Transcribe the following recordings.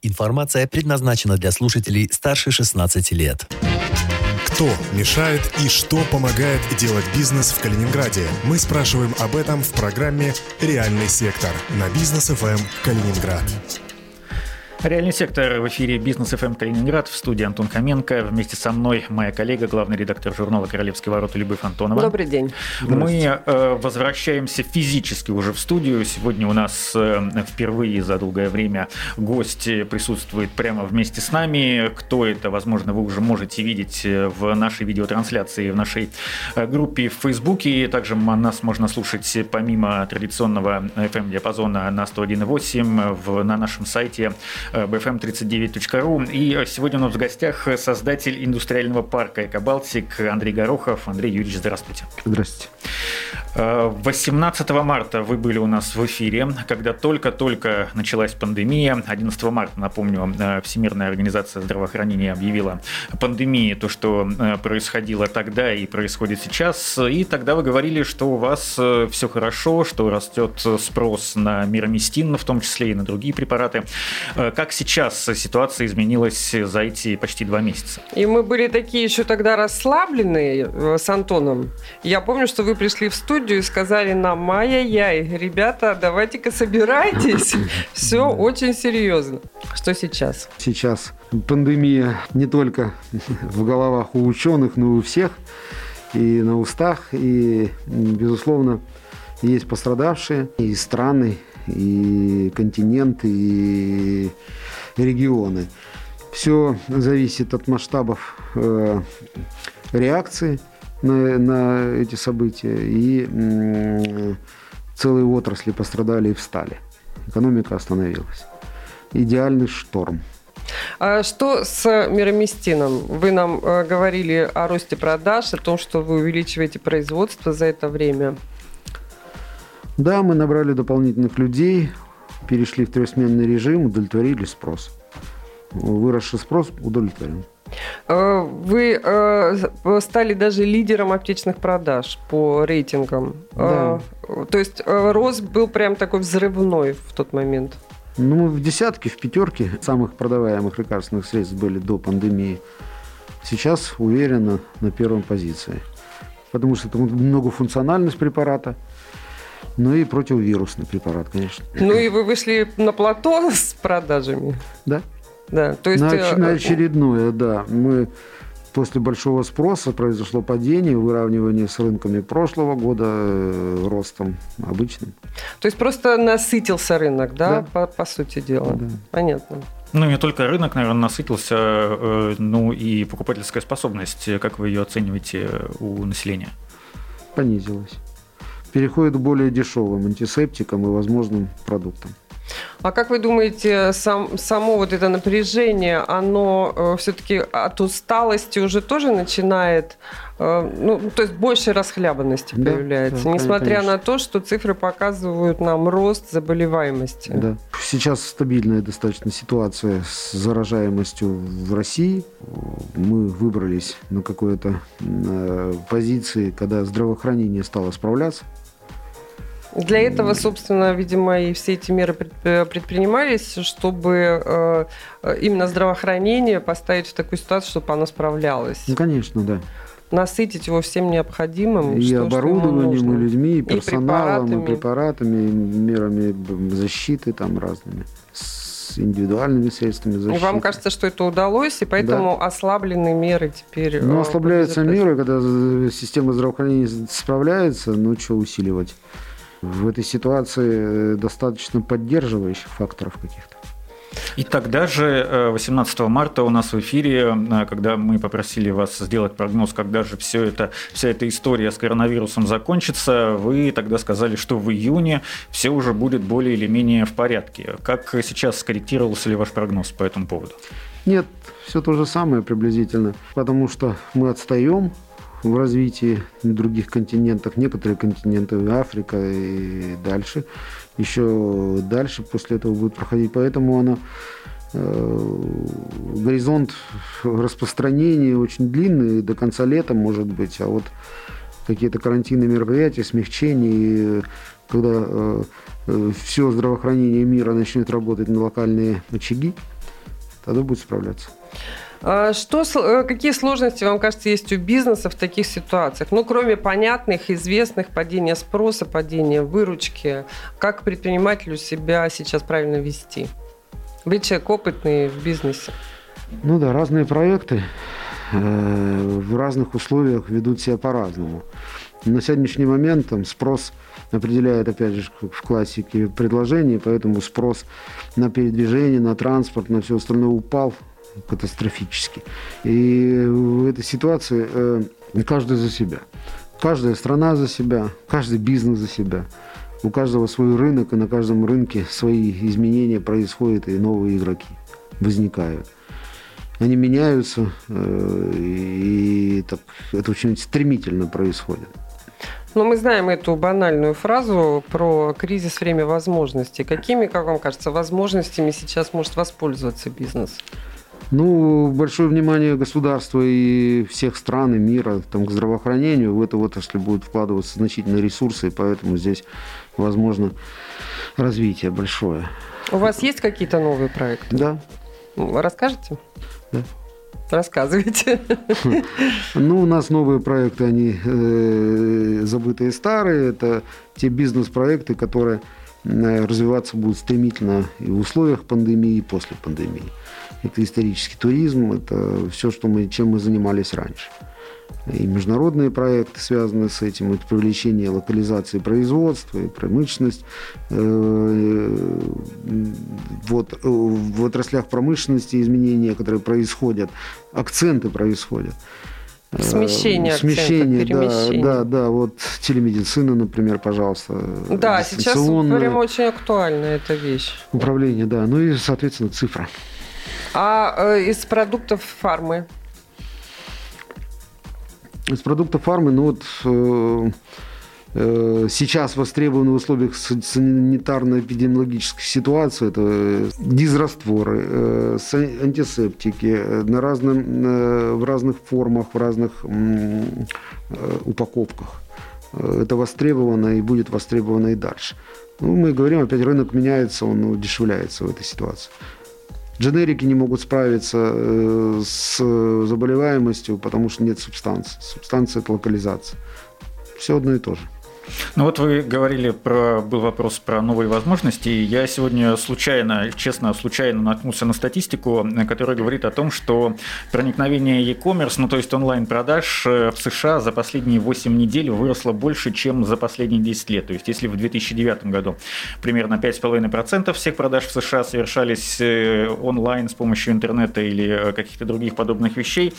Информация предназначена для слушателей старше 16 лет. Кто мешает и что помогает делать бизнес в Калининграде? Мы спрашиваем об этом в программе «Реальный сектор» на Бизнес ФМ Калининград. Реальный сектор в эфире Бизнес ФМ Калининград, в студии Антон Хоменко. Вместе со мной моя коллега, главный редактор журнала «Королевские ворота» Любовь Антонова. Добрый день. Мы возвращаемся физически уже в студию. Сегодня у нас впервые за долгое время гость присутствует прямо вместе с нами. Кто это, возможно, вы уже можете видеть в нашей видеотрансляции, в нашей группе в Фейсбуке. Также нас можно слушать помимо традиционного FM-диапазона на 101.8 на нашем сайте bfm39.ru. И сегодня у нас в гостях создатель индустриального парка «Экобалтик» Андрей Горохов. Андрей Юрьевич, здравствуйте. Здравствуйте. 18 марта вы были у нас в эфире, когда только-только началась пандемия. 11 марта, напомню, Всемирная организация здравоохранения объявила пандемией, то, что происходило тогда и происходит сейчас. И тогда вы говорили, что у вас все хорошо, что растет спрос на мироместин, в том числе и на другие препараты. Как сейчас ситуация изменилась за эти почти 2 месяца? И мы были такие еще тогда расслабленные с Антоном. Я помню, что вы пришли в студию и сказали нам: ай-яй-яй, ребята, давайте-ка собирайтесь. Все очень серьезно. Что сейчас? Сейчас пандемия не только в головах у ученых, но и у всех, и на устах. И, безусловно, есть пострадавшие и страны, и континенты, и регионы. Все зависит от масштабов реакции на эти события, и целые отрасли пострадали и встали. Экономика остановилась. Идеальный шторм. А что с мироместином? Вы нам говорили о росте продаж, о том, что вы увеличиваете производство за это время. Да, мы набрали дополнительных людей, перешли в трехсменный режим, удовлетворили спрос. Выросший спрос удовлетворен. Вы стали даже лидером аптечных продаж по рейтингам. Да. То есть рост был прям такой взрывной в тот момент. Ну, в десятке, в пятерке самых продаваемых лекарственных средств были до пандемии. Сейчас уверенно на первой позиции. Потому что это многофункциональность препарата, ну и противовирусный препарат, конечно. Ну и вы вышли на плато с продажами. Да. Да, то есть... На очередное, да. Мы после большого спроса произошло падение, выравнивание с рынками прошлого года, ростом обычным. То есть просто насытился рынок, да, да. По сути дела? Да. Понятно. Ну, не только рынок, наверное, насытился, ну и покупательская способность. Как вы ее оцениваете у населения? Понизилась. Переходит к более дешевым антисептикам и возможным продуктам. А как вы думаете, само вот это напряжение, оно все-таки от усталости уже тоже начинает, то есть больше расхлябанности появляется, да, несмотря конечно. на то, что цифры показывают нам рост заболеваемости? Да. Сейчас стабильная достаточно ситуация с заражаемостью в России. Мы выбрались на какой-то позиции, когда здравоохранение стало справляться. Для этого, собственно, видимо, и все эти меры предпринимались, чтобы именно здравоохранение поставить в такую ситуацию, чтобы оно справлялось. Ну, конечно, да. Насытить его всем необходимым. И оборудованием, и людьми, и персоналом, и препаратами, и мерами защиты там разными, с индивидуальными средствами защиты. И вам кажется, что это удалось, и поэтому да. Ослаблены меры теперь? Ну, ослабляются меры, когда система здравоохранения справляется, но что усиливать? В этой ситуации достаточно поддерживающих факторов каких-то. И тогда же, 18 марта у нас в эфире, когда мы попросили вас сделать прогноз, когда же вся эта история с коронавирусом закончится, вы тогда сказали, что в июне все уже будет более или менее в порядке. Как сейчас скорректировался ли ваш прогноз по этому поводу? Нет, все то же самое приблизительно, потому что мы отстаем в развитии на других континентах, некоторые континенты, Африка и дальше, еще дальше после этого будет проходить, поэтому горизонт распространения очень длинный, до конца лета может быть, а вот какие-то карантинные мероприятия, смягчения, когда все здравоохранение мира начнет работать на локальные очаги, тогда будет справляться. Какие сложности, вам кажется, есть у бизнеса в таких ситуациях? Ну, кроме понятных, известных, падения спроса, падения выручки, как предпринимателю себя сейчас правильно вести? Вы человек опытный в бизнесе. Ну да, разные проекты в разных условиях ведут себя по-разному. На сегодняшний момент там спрос определяет, опять же, как в классике, предложение, поэтому спрос на передвижение, на транспорт, на все остальное упал катастрофически. И в этой ситуации каждый за себя. Каждая страна за себя, каждый бизнес за себя. У каждого свой рынок, и на каждом рынке свои изменения происходят, и новые игроки возникают. Они меняются, и так, это очень стремительно происходит. Но мы знаем эту банальную фразу про кризис время возможностей. Какими, как вам кажется, возможностями сейчас может воспользоваться бизнес? Ну, большое внимание государства и всех стран и мира там, к здравоохранению. В эту отрасль будут вкладываться значительные ресурсы, и поэтому здесь возможно развитие большое. У вас есть какие-то новые проекты? Да. Расскажете? Да. Рассказывайте. Ну, у нас новые проекты, они забытые старые. Это те бизнес-проекты, которые развиваться будут стремительно и в условиях пандемии, и после пандемии. Это исторический туризм, это все, чем мы занимались раньше. И международные проекты связаны с этим, это привлечение локализации производства и промышленность. Вот в отраслях промышленности изменения, которые происходят, акценты происходят. Смещение акцентов, перемещение. Да, вот телемедицина, например, пожалуйста. Да, сейчас прям очень актуальна эта вещь. Управление, да, ну и, соответственно, цифра. А из продуктов фармы? Из продуктов фармы, ну вот сейчас востребованы в условиях санитарно-эпидемиологической ситуации это дизрастворы, антисептики в разных формах, в разных упаковках. Это востребовано и будет востребовано и дальше. Ну, мы говорим, опять рынок меняется, он удешевляется в этой ситуации. Дженерики не могут справиться с заболеваемостью, потому что нет субстанции. Субстанция – это локализация. Все одно и то же. Ну вот вы говорили был вопрос про новые возможности. Я сегодня случайно наткнулся на статистику, которая говорит о том, что проникновение e-commerce, ну то есть онлайн-продаж в США за последние 8 недель выросло больше, чем за последние 10 лет. То есть если в 2009 году примерно 5,5% всех продаж в США совершались онлайн с помощью интернета или каких-то других подобных вещей,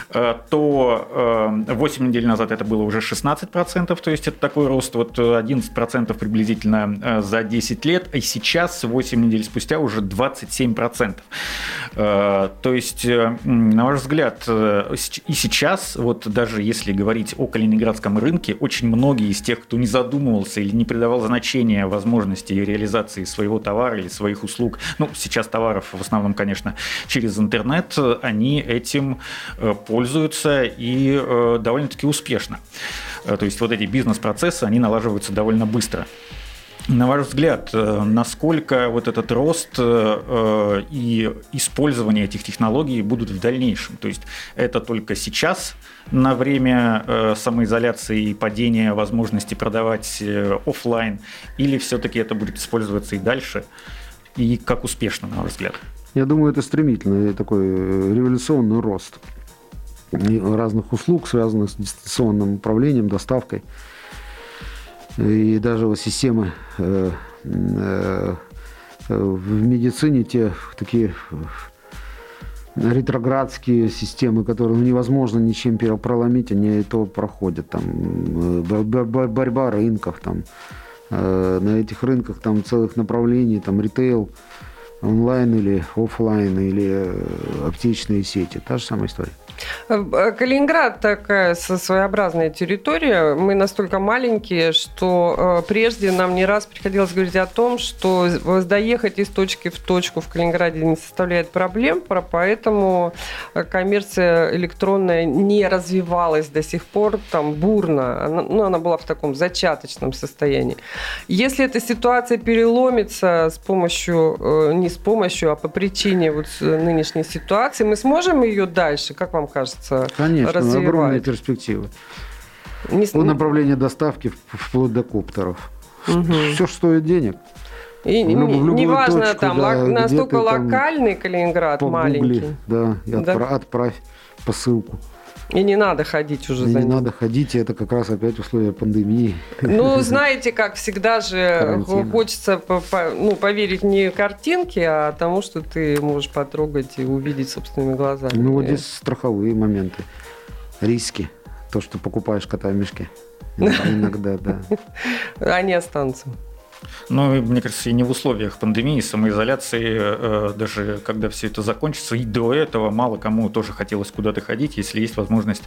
то 8 недель назад это было уже 16%, то есть это такой рост, вот 11% приблизительно за 10 лет, и сейчас, 8 недель спустя, уже 27%. То есть, на ваш взгляд, и сейчас, вот даже если говорить о калининградском рынке, очень многие из тех, кто не задумывался или не придавал значения возможности реализации своего товара или своих услуг, ну, сейчас товаров в основном, конечно, через интернет, они этим пользуются и довольно-таки успешно. То есть вот эти бизнес-процессы, они налаживаются довольно быстро. На ваш взгляд, насколько вот этот рост и использование этих технологий будут в дальнейшем? То есть это только сейчас, на время самоизоляции и падения возможности продавать офлайн, или все-таки это будет использоваться и дальше? И как успешно, на ваш взгляд? Я думаю, это стремительный такой революционный рост разных услуг, связанных с дистанционным управлением, доставкой. И даже вот системы в медицине, те такие ретроградские системы, которые невозможно ничем проломить, они то проходят. Там борьба рынков, там, на этих рынках там целых направлений, там ритейл, онлайн или офлайн, или аптечные сети. Та же самая история. Калининград такая своеобразная территория. Мы настолько маленькие, что прежде нам не раз приходилось говорить о том, что доехать из точки в точку в Калининграде не составляет проблем, поэтому коммерция электронная не развивалась до сих пор там бурно. Она была в таком зачаточном состоянии. Если эта ситуация переломится не с помощью, а по причине вот нынешней ситуации, мы сможем ее дальше, как вам кажется, конечно, развивать? огромные перспективы. По направлению доставки вплоть до коптеров. Все, что стоит денег. И неважно, там настолько локальный Калининград, маленький. Да, и отправь посылку. И не надо ходить уже за ним. Не надо ходить, и это как раз опять условия пандемии. Ну, знаете, как всегда же хочется поверить не картинке, а тому, что ты можешь потрогать и увидеть собственными глазами. Ну, вот здесь страховые моменты, риски. То, что покупаешь кота в мешке. Иногда, да. Они останутся. Ну, мне кажется, и не в условиях пандемии, самоизоляции, даже когда все это закончится, и до этого мало кому тоже хотелось куда-то ходить, если есть возможность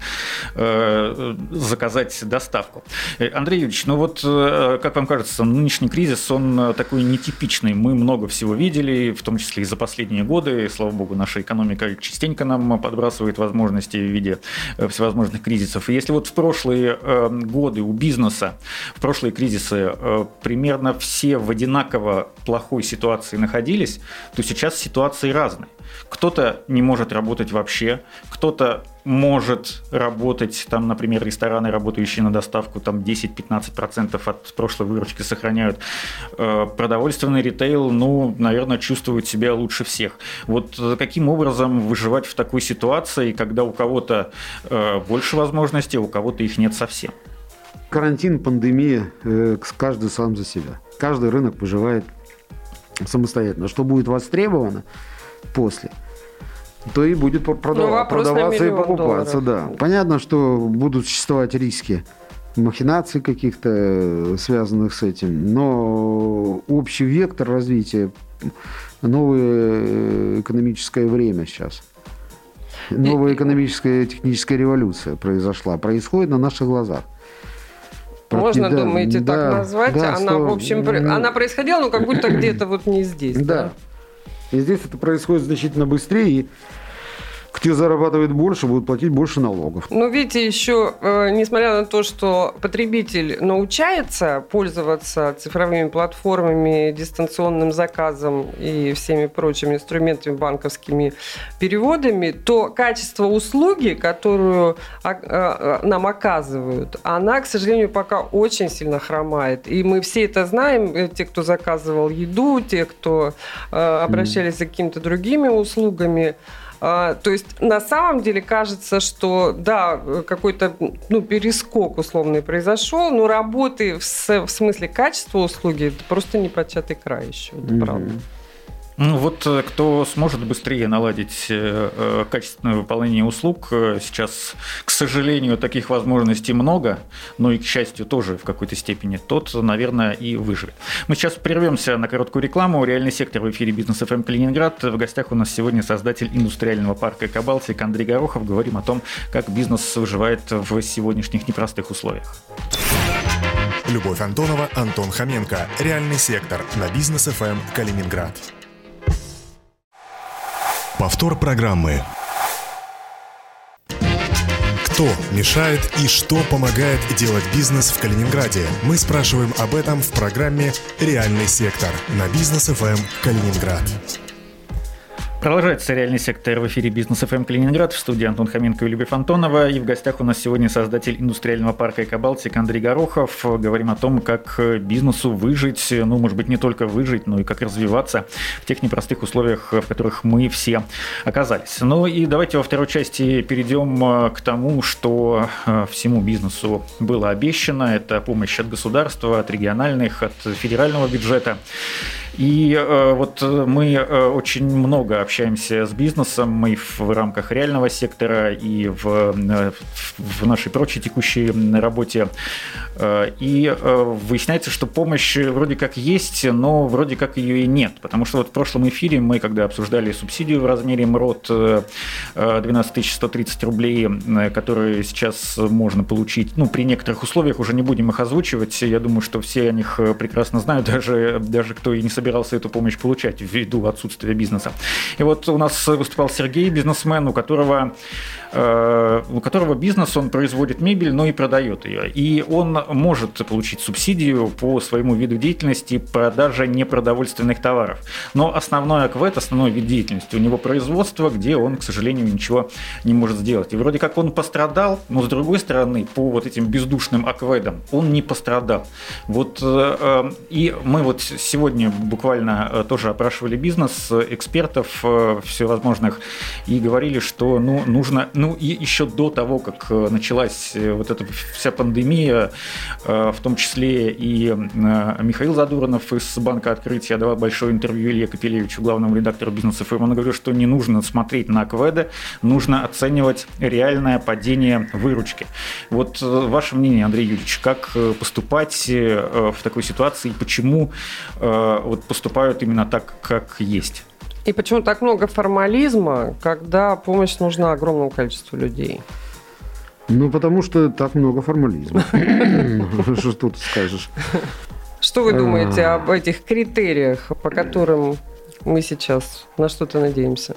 заказать доставку. Андрей Юрьевич, ну вот, как вам кажется, нынешний кризис, он такой нетипичный. Мы много всего видели, в том числе и за последние годы. Слава богу, наша экономика частенько нам подбрасывает возможности в виде всевозможных кризисов. И если вот в прошлые годы у бизнеса, в прошлые кризисы примерно все в одинаково плохой ситуации находились, то сейчас ситуации разные. Кто-то не может работать вообще, кто-то может работать, там, например, рестораны, работающие на доставку, там 10-15% от прошлой выручки сохраняют. Продовольственный ритейл, ну, наверное, чувствует себя лучше всех. Вот каким образом выживать в такой ситуации, когда у кого-то больше возможностей, а у кого-то их нет совсем? Карантин, пандемия, каждый сам за себя. Каждый рынок выживает самостоятельно. Что будет востребовано после, то и будет продаваться и покупаться. Да. Понятно, что будут существовать риски махинаций каких-то, связанных с этим, но общий вектор развития, новое экономическое время сейчас. Новая экономическая техническая революция происходит на наших глазах. Можно, думаете, так назвать? Да, она, в общем, она происходила, но как будто где-то вот не здесь. Да. И здесь это происходит значительно быстрее, и те зарабатывают больше, будут платить больше налогов. Ну, видите, еще, несмотря на то, что потребитель научается пользоваться цифровыми платформами, дистанционным заказом и всеми прочими инструментами, банковскими переводами, то качество услуги, которую нам оказывают, она, к сожалению, пока очень сильно хромает. И мы все это знаем, те, кто заказывал еду, те, кто обращались за какими-то другими услугами. То есть на самом деле кажется, что да, какой-то перескок условный произошел, но работы в смысле качества услуги это просто непочатый край еще, это правда. Ну вот кто сможет быстрее наладить качественное выполнение услуг, сейчас, к сожалению, таких возможностей много, но и, к счастью, тоже в какой-то степени, тот, наверное, и выживет. Мы сейчас прервемся на короткую рекламу. Реальный сектор в эфире Бизнес ФМ Калининград. В гостях у нас сегодня создатель индустриального парка «Экобалтик» Андрей Горохов. Говорим о том, как бизнес выживает в сегодняшних непростых условиях. Любовь Антонова, Антон Хоменко. Реальный сектор на Бизнес ФМ Калининград. Повтор программы. Кто мешает и что помогает делать бизнес в Калининграде? Мы спрашиваем об этом в программе «Реальный сектор» на Бизнес ФМ Калининград. Продолжается реальный сектор в эфире Бизнес ФМ Калининград. В студии Антон Хоменко и Любовь Антонова. И в гостях у нас сегодня создатель индустриального парка «Экобалтик» Андрей Горохов. Говорим о том, как бизнесу выжить, ну, может быть, не только выжить, но и как развиваться в тех непростых условиях, в которых мы все оказались. Ну и давайте во второй части перейдем к тому, что всему бизнесу было обещано. Это помощь от государства, от региональных, от федерального бюджета. И вот мы очень много общаемся с бизнесом, мы в рамках реального сектора и в нашей прочей текущей работе. И выясняется, что помощь вроде как есть, но вроде как ее и нет. Потому что вот в прошлом эфире мы, когда обсуждали субсидию в размере МРОТ 12 130 рублей, которые сейчас можно получить, при некоторых условиях, уже не будем их озвучивать, я думаю, что все о них прекрасно знают, даже кто и не собирался эту помощь получать ввиду отсутствия бизнеса. И вот у нас выступал Сергей, бизнесмен, у которого бизнес, он производит мебель, но и продает ее. И он может получить субсидию по своему виду деятельности продажа непродовольственных товаров. Но основной АКВЭД, основной вид деятельности у него производство, где он, к сожалению, ничего не может сделать. И вроде как он пострадал, но с другой стороны, по вот этим бездушным АКВЭДам он не пострадал. И мы вот сегодня буквально тоже опрашивали бизнес, экспертов всевозможных, и говорили, что нужно, и еще до того, как началась вот эта вся пандемия, в том числе и Михаил Задуранов из Банка Открытия давал большое интервью Илье Капелевичу, главному редактору Бизнес ФМ. Он говорил, что не нужно смотреть на АКВЭДы, нужно оценивать реальное падение выручки. Вот ваше мнение, Андрей Юрьевич, как поступать в такой ситуации и почему поступают именно так, как есть? И почему так много формализма, когда помощь нужна огромному количеству людей? Потому что так много формализма. Что тут скажешь? Что вы думаете об этих критериях, по которым мы сейчас на что-то надеемся?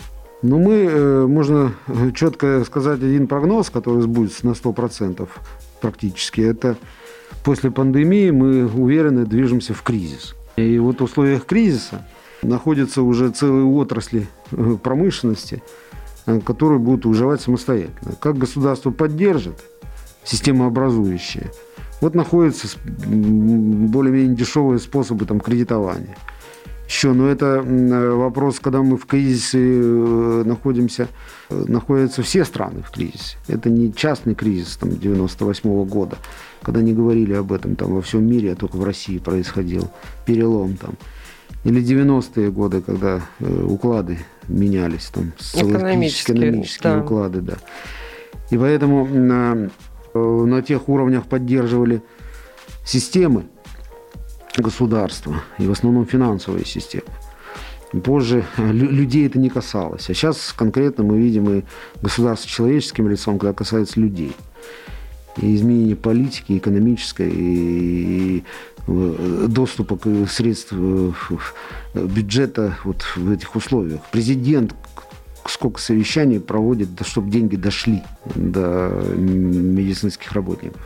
Можно четко сказать один прогноз, который сбудется на 100% практически. Это после пандемии мы уверенно движемся в кризис. И вот в условиях кризиса находятся уже целые отрасли промышленности, которые будут выживать самостоятельно. Как государство поддержит системообразующие, находятся более-менее дешевые способы кредитования. Еще, это вопрос, когда мы в кризисе находятся все страны в кризисе. Это не частный кризис 98 года, когда не говорили об этом во всем мире, а только в России происходил перелом Или 90-е годы, когда уклады менялись, экономические уклады, да. И поэтому на тех уровнях поддерживали системы государства, и в основном финансовые системы. Позже людей это не касалось. А сейчас конкретно мы видим и государство человеческим лицом, когда касается людей. И изменение политики, экономической, и доступа к средствам бюджета в этих условиях. Президент сколько совещаний проводит, чтобы деньги дошли до медицинских работников.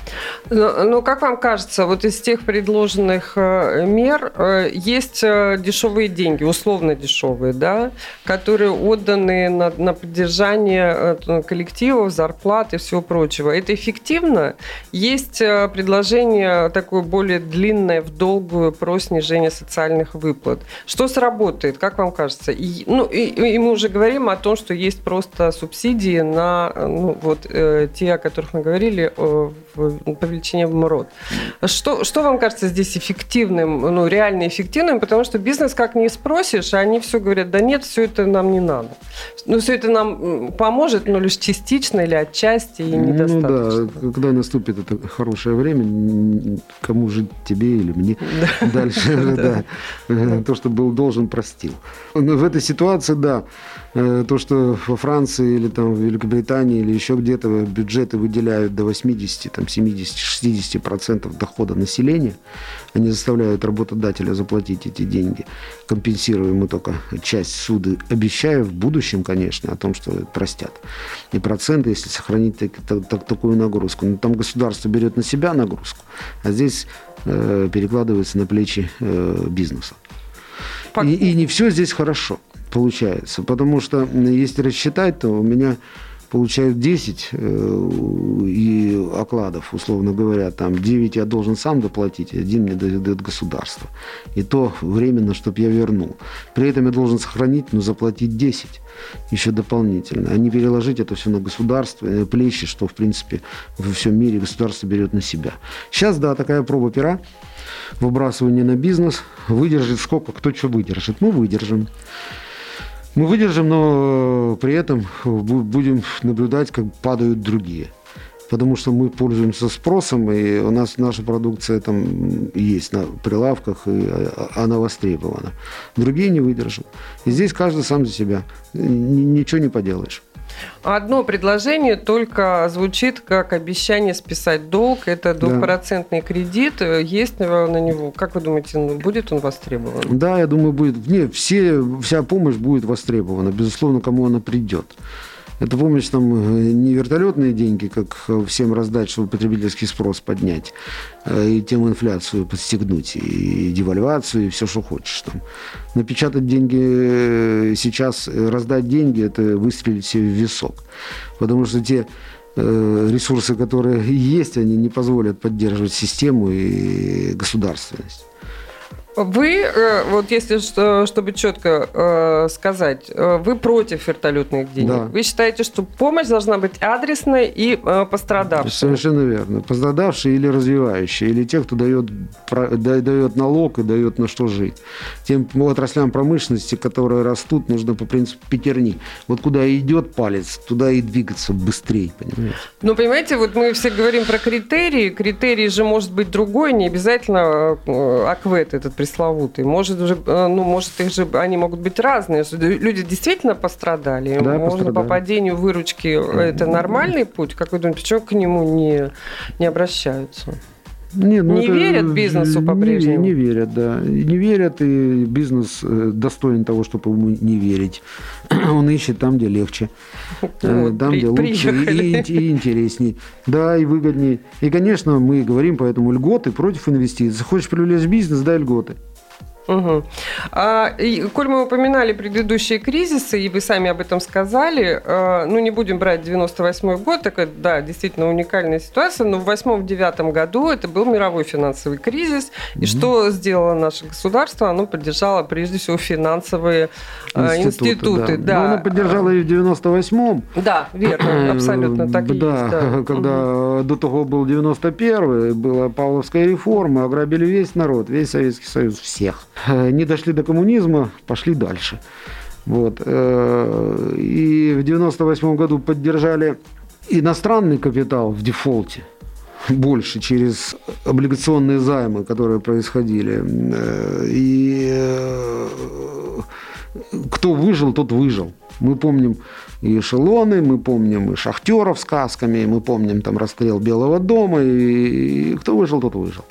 Но как вам кажется, из тех предложенных мер есть дешевые деньги, условно дешевые, да, которые отданы на поддержание коллективов, зарплат и всего прочего. Это эффективно? Есть предложение такое более длинное, в долгую, про снижение социальных выплат. Что сработает, как вам кажется? И мы уже говорим о том, что есть просто субсидии на те, о которых мы говорили, по величине МРОТ. Что вам кажется здесь эффективным, реально эффективным? Потому что бизнес как не спросишь, они все говорят, да нет, все это нам не надо. Все это нам поможет, но лишь частично или отчасти, и недостаточно. Да, когда наступит это хорошее время, кому жить, тебе или мне дальше, то, что был должен, простил. Но в этой ситуации, да, то, что во Франции или в Великобритании или еще где-то бюджеты выделяют до 80, 70, 60% дохода населения, они заставляют работодателя заплатить эти деньги, компенсируя ему только часть суды, обещая в будущем, конечно, о том, что простят. И проценты, если сохранить такую нагрузку. Но там государство берет на себя нагрузку, а здесь перекладывается на плечи бизнеса. И не все здесь хорошо получается, потому что если рассчитать, то у меня получают 10 и окладов, условно говоря, там 9 я должен сам доплатить, 1 мне дает государство. И то временно, чтобы я вернул. При этом я должен сохранить, но заплатить 10 еще дополнительно, а не переложить это все на государство, плечи, что, в принципе, во всем мире государство берет на себя. Сейчас, да, такая проба пера, выбрасывание на бизнес, выдержит сколько, кто что выдержит. Мы выдержим. Мы выдержим, но при этом будем наблюдать, как падают другие. Потому что мы пользуемся спросом, и у нас наша продукция там есть на прилавках, и она востребована. Другие не выдержат. И здесь каждый сам за себя. Ничего не поделаешь. Одно предложение только звучит как обещание списать долг. Это 2% кредит. Есть на него, как вы думаете, будет он востребован? Да, я думаю, будет. Нет, вся помощь будет востребована. Безусловно, кому она придет. Это помощь там не вертолетные деньги, как всем раздать, чтобы потребительский спрос поднять, и тем инфляцию подстегнуть, и девальвацию, и все, что хочешь. Там. Напечатать деньги сейчас, раздать деньги, это выстрелить себе в висок. Потому что те ресурсы, которые есть, они не позволят поддерживать систему и государственность. Вы, вот если чтобы четко сказать, вы против вертолетных денег. Да. Вы считаете, что помощь должна быть адресной и пострадавшей? Совершенно верно. Пострадавшие или развивающие, или те, кто дает налог и дает на что жить. Тем отраслям промышленности, которые растут, нужно по принципу пятерни. Вот куда идет палец, туда и двигаться быстрее, понимаете? Ну, понимаете, вот мы все говорим про критерии. Критерий же может быть другой, не обязательно АКВЭД этот пресловутый. Может, их же они могут быть разные. Люди действительно пострадали. Да, можно по падению выручки. Это нормальный путь? Как вы думаете, почему к нему не обращаются? Нет, не верят бизнесу по-прежнему? Не верят, да. Не верят, и бизнес достоин того, чтобы ему не верить. Он ищет там, где легче, там, где лучше и интересней. Да, и выгоднее. И, конечно, мы говорим поэтому льготы против инвестиций. Хочешь привлечь бизнес, дай льготы. Угу. Коль мы упоминали предыдущие кризисы, и вы сами об этом сказали, не будем брать 98 год, такая, да, действительно уникальная ситуация, но в 8-9 году это был мировой финансовый кризис, и что сделало наше государство? Оно поддержало прежде всего финансовые институты. Да. Но оно поддержало и в 98-м. Да, верно, абсолютно так и есть. Да, когда до того был 91-й, была Павловская реформа, ограбили весь народ, весь Советский Союз, всех. Не дошли до коммунизма, пошли дальше. Вот. И в 98 году поддержали иностранный капитал в дефолте больше через облигационные займы, которые происходили. И кто выжил, тот выжил. Мы помним и эшелоны, мы помним и шахтеров с касками, мы помним там расстрел Белого дома, и кто выжил, тот выжил.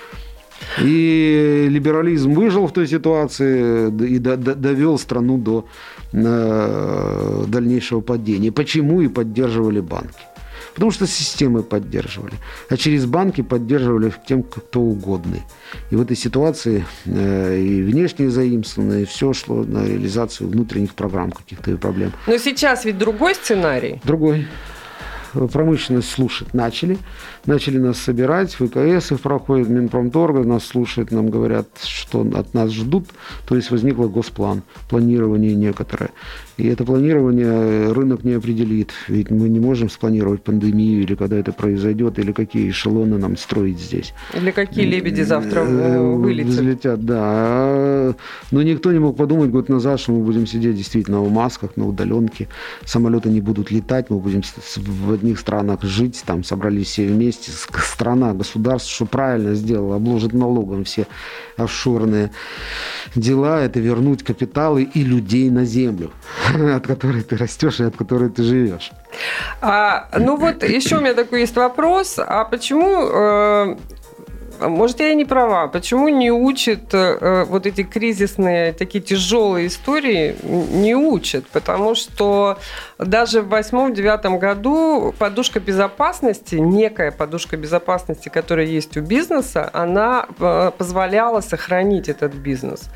И либерализм выжил в той ситуации и довел страну до дальнейшего падения. Почему и поддерживали банки? Потому что системы поддерживали. А через банки поддерживали тем, кто угодно. И в этой ситуации и внешние заимствования, и все шло на реализацию внутренних программ каких-то и проблем. Но сейчас ведь другой сценарий. Другой. Промышленность слушать начали нас собирать, ВКС их проходит, Минпромторга нас слушает, нам говорят, что от нас ждут, то есть возникло госплан, планирование некоторое. И это планирование рынок не определит, ведь мы не можем спланировать пандемию, или когда это произойдет, или какие эшелоны нам строить здесь. Или какие лебеди завтра вылетят. Взлетят, да. Но никто не мог подумать год назад, что мы будем сидеть действительно в масках, на удаленке, самолеты не будут летать, мы будем в одних странах жить, там собрались все вместе, страна, государство, что правильно сделало, обложит налогом все офшорные дела, это вернуть капиталы и людей на землю, от которой ты растешь и от которой ты живешь. Еще у меня такой есть вопрос, а почему... Может, я и не права. Почему не учат вот эти кризисные, такие тяжелые истории, не учат? Потому что даже в 8-9 году подушка безопасности, некая подушка безопасности, которая есть у бизнеса, она позволяла сохранить этот бизнес.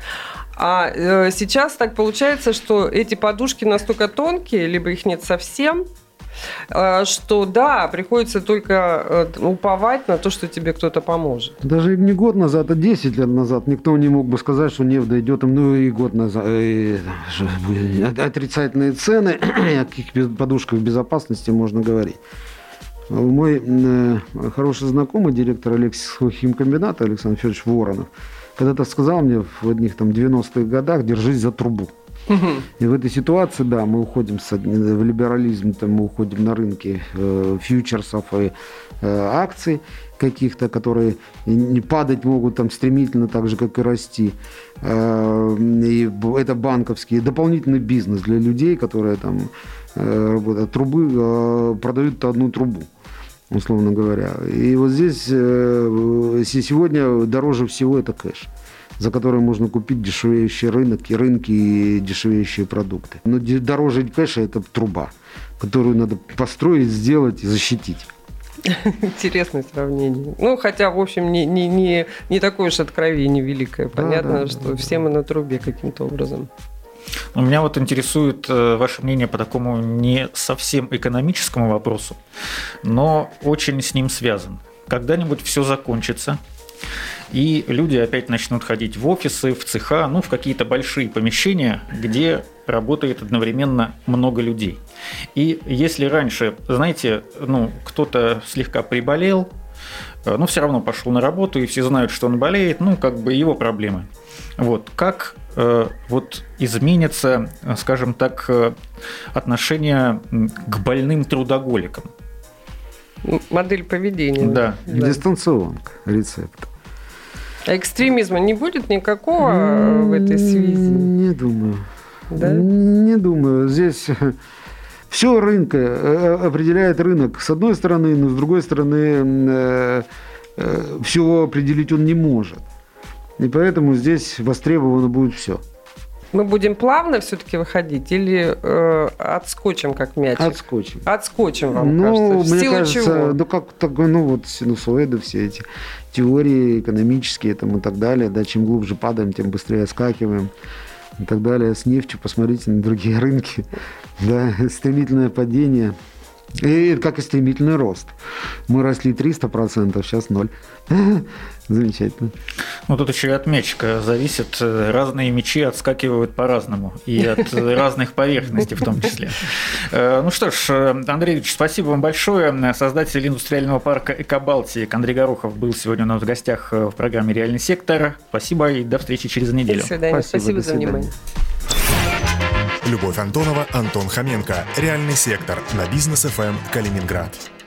А сейчас так получается, что эти подушки настолько тонкие, либо их нет совсем, что да, приходится только уповать на то, что тебе кто-то поможет. Даже не год назад, а 10 лет назад никто не мог бы сказать, что нефть дойдет, ну и год назад. Отрицательные цены, о каких подушках безопасности можно говорить. Мой хороший знакомый, директор Алексеевского химкомбината Александр Федорович Воронов, когда-то сказал мне в одних там 90-х годах: держись за трубу. И в этой ситуации, да, мы уходим в либерализм, там, мы уходим на рынки фьючерсов и акций каких-то, которые не падать могут там стремительно, так же, как и расти. И это банковский дополнительный бизнес для людей, которые там работают. Трубы продают одну трубу, условно говоря. И вот здесь сегодня дороже всего это кэш, за который можно купить дешевеющий рынок и рынки и дешевеющие продукты. Но дороже кэша – это труба, которую надо построить, сделать и защитить. Интересное сравнение. Ну, хотя, в общем, не такое уж откровение великое. Понятно, что все мы на трубе каким-то образом. Меня вот интересует ваше мнение по такому не совсем экономическому вопросу, но очень с ним связан. Когда-нибудь все закончится, и люди опять начнут ходить в офисы, в цеха, ну, в какие-то большие помещения, где работает одновременно много людей. И если раньше, знаете, ну, кто-то слегка приболел, но все равно пошел на работу, и все знают, что он болеет, ну, как бы его проблемы. Вот. Как вот изменится, скажем так, отношение к больным трудоголикам? Модель поведения. Да. Дистанционка, рецепт. А экстремизма не будет никакого в этой связи? Не думаю. Да? Не думаю. Здесь все рынка определяет рынок. С одной стороны, но с другой стороны, все определить он не может. И поэтому здесь востребовано будет все. Мы будем плавно все-таки выходить или отскочим как мячик? Отскочим. Отскочим, вам кажется? Мне силу кажется, чего? ну как так, ну вот синусоиды, все эти теории экономические там и так далее. Да, чем глубже падаем, тем быстрее скакиваем и так далее. С нефтью посмотрите на другие рынки. Да, стремительное падение. И как и стремительный рост. Мы росли 300%, сейчас 0. Замечательно. Ну, тут еще и от мячика зависит. Разные мячи отскакивают по-разному. И от разных поверхностей в том числе. Ну что ж, Андрей Ильич, спасибо вам большое. Создатель индустриального парка «Экобалтик» Андрей Горохов был сегодня у нас в гостях в программе «Реальный сектор». Спасибо и до встречи через неделю. До свидания. Спасибо за внимание. Любовь Антонова, Антон Хоменко. «Реальный сектор» на Бизнес ФМ Калининград.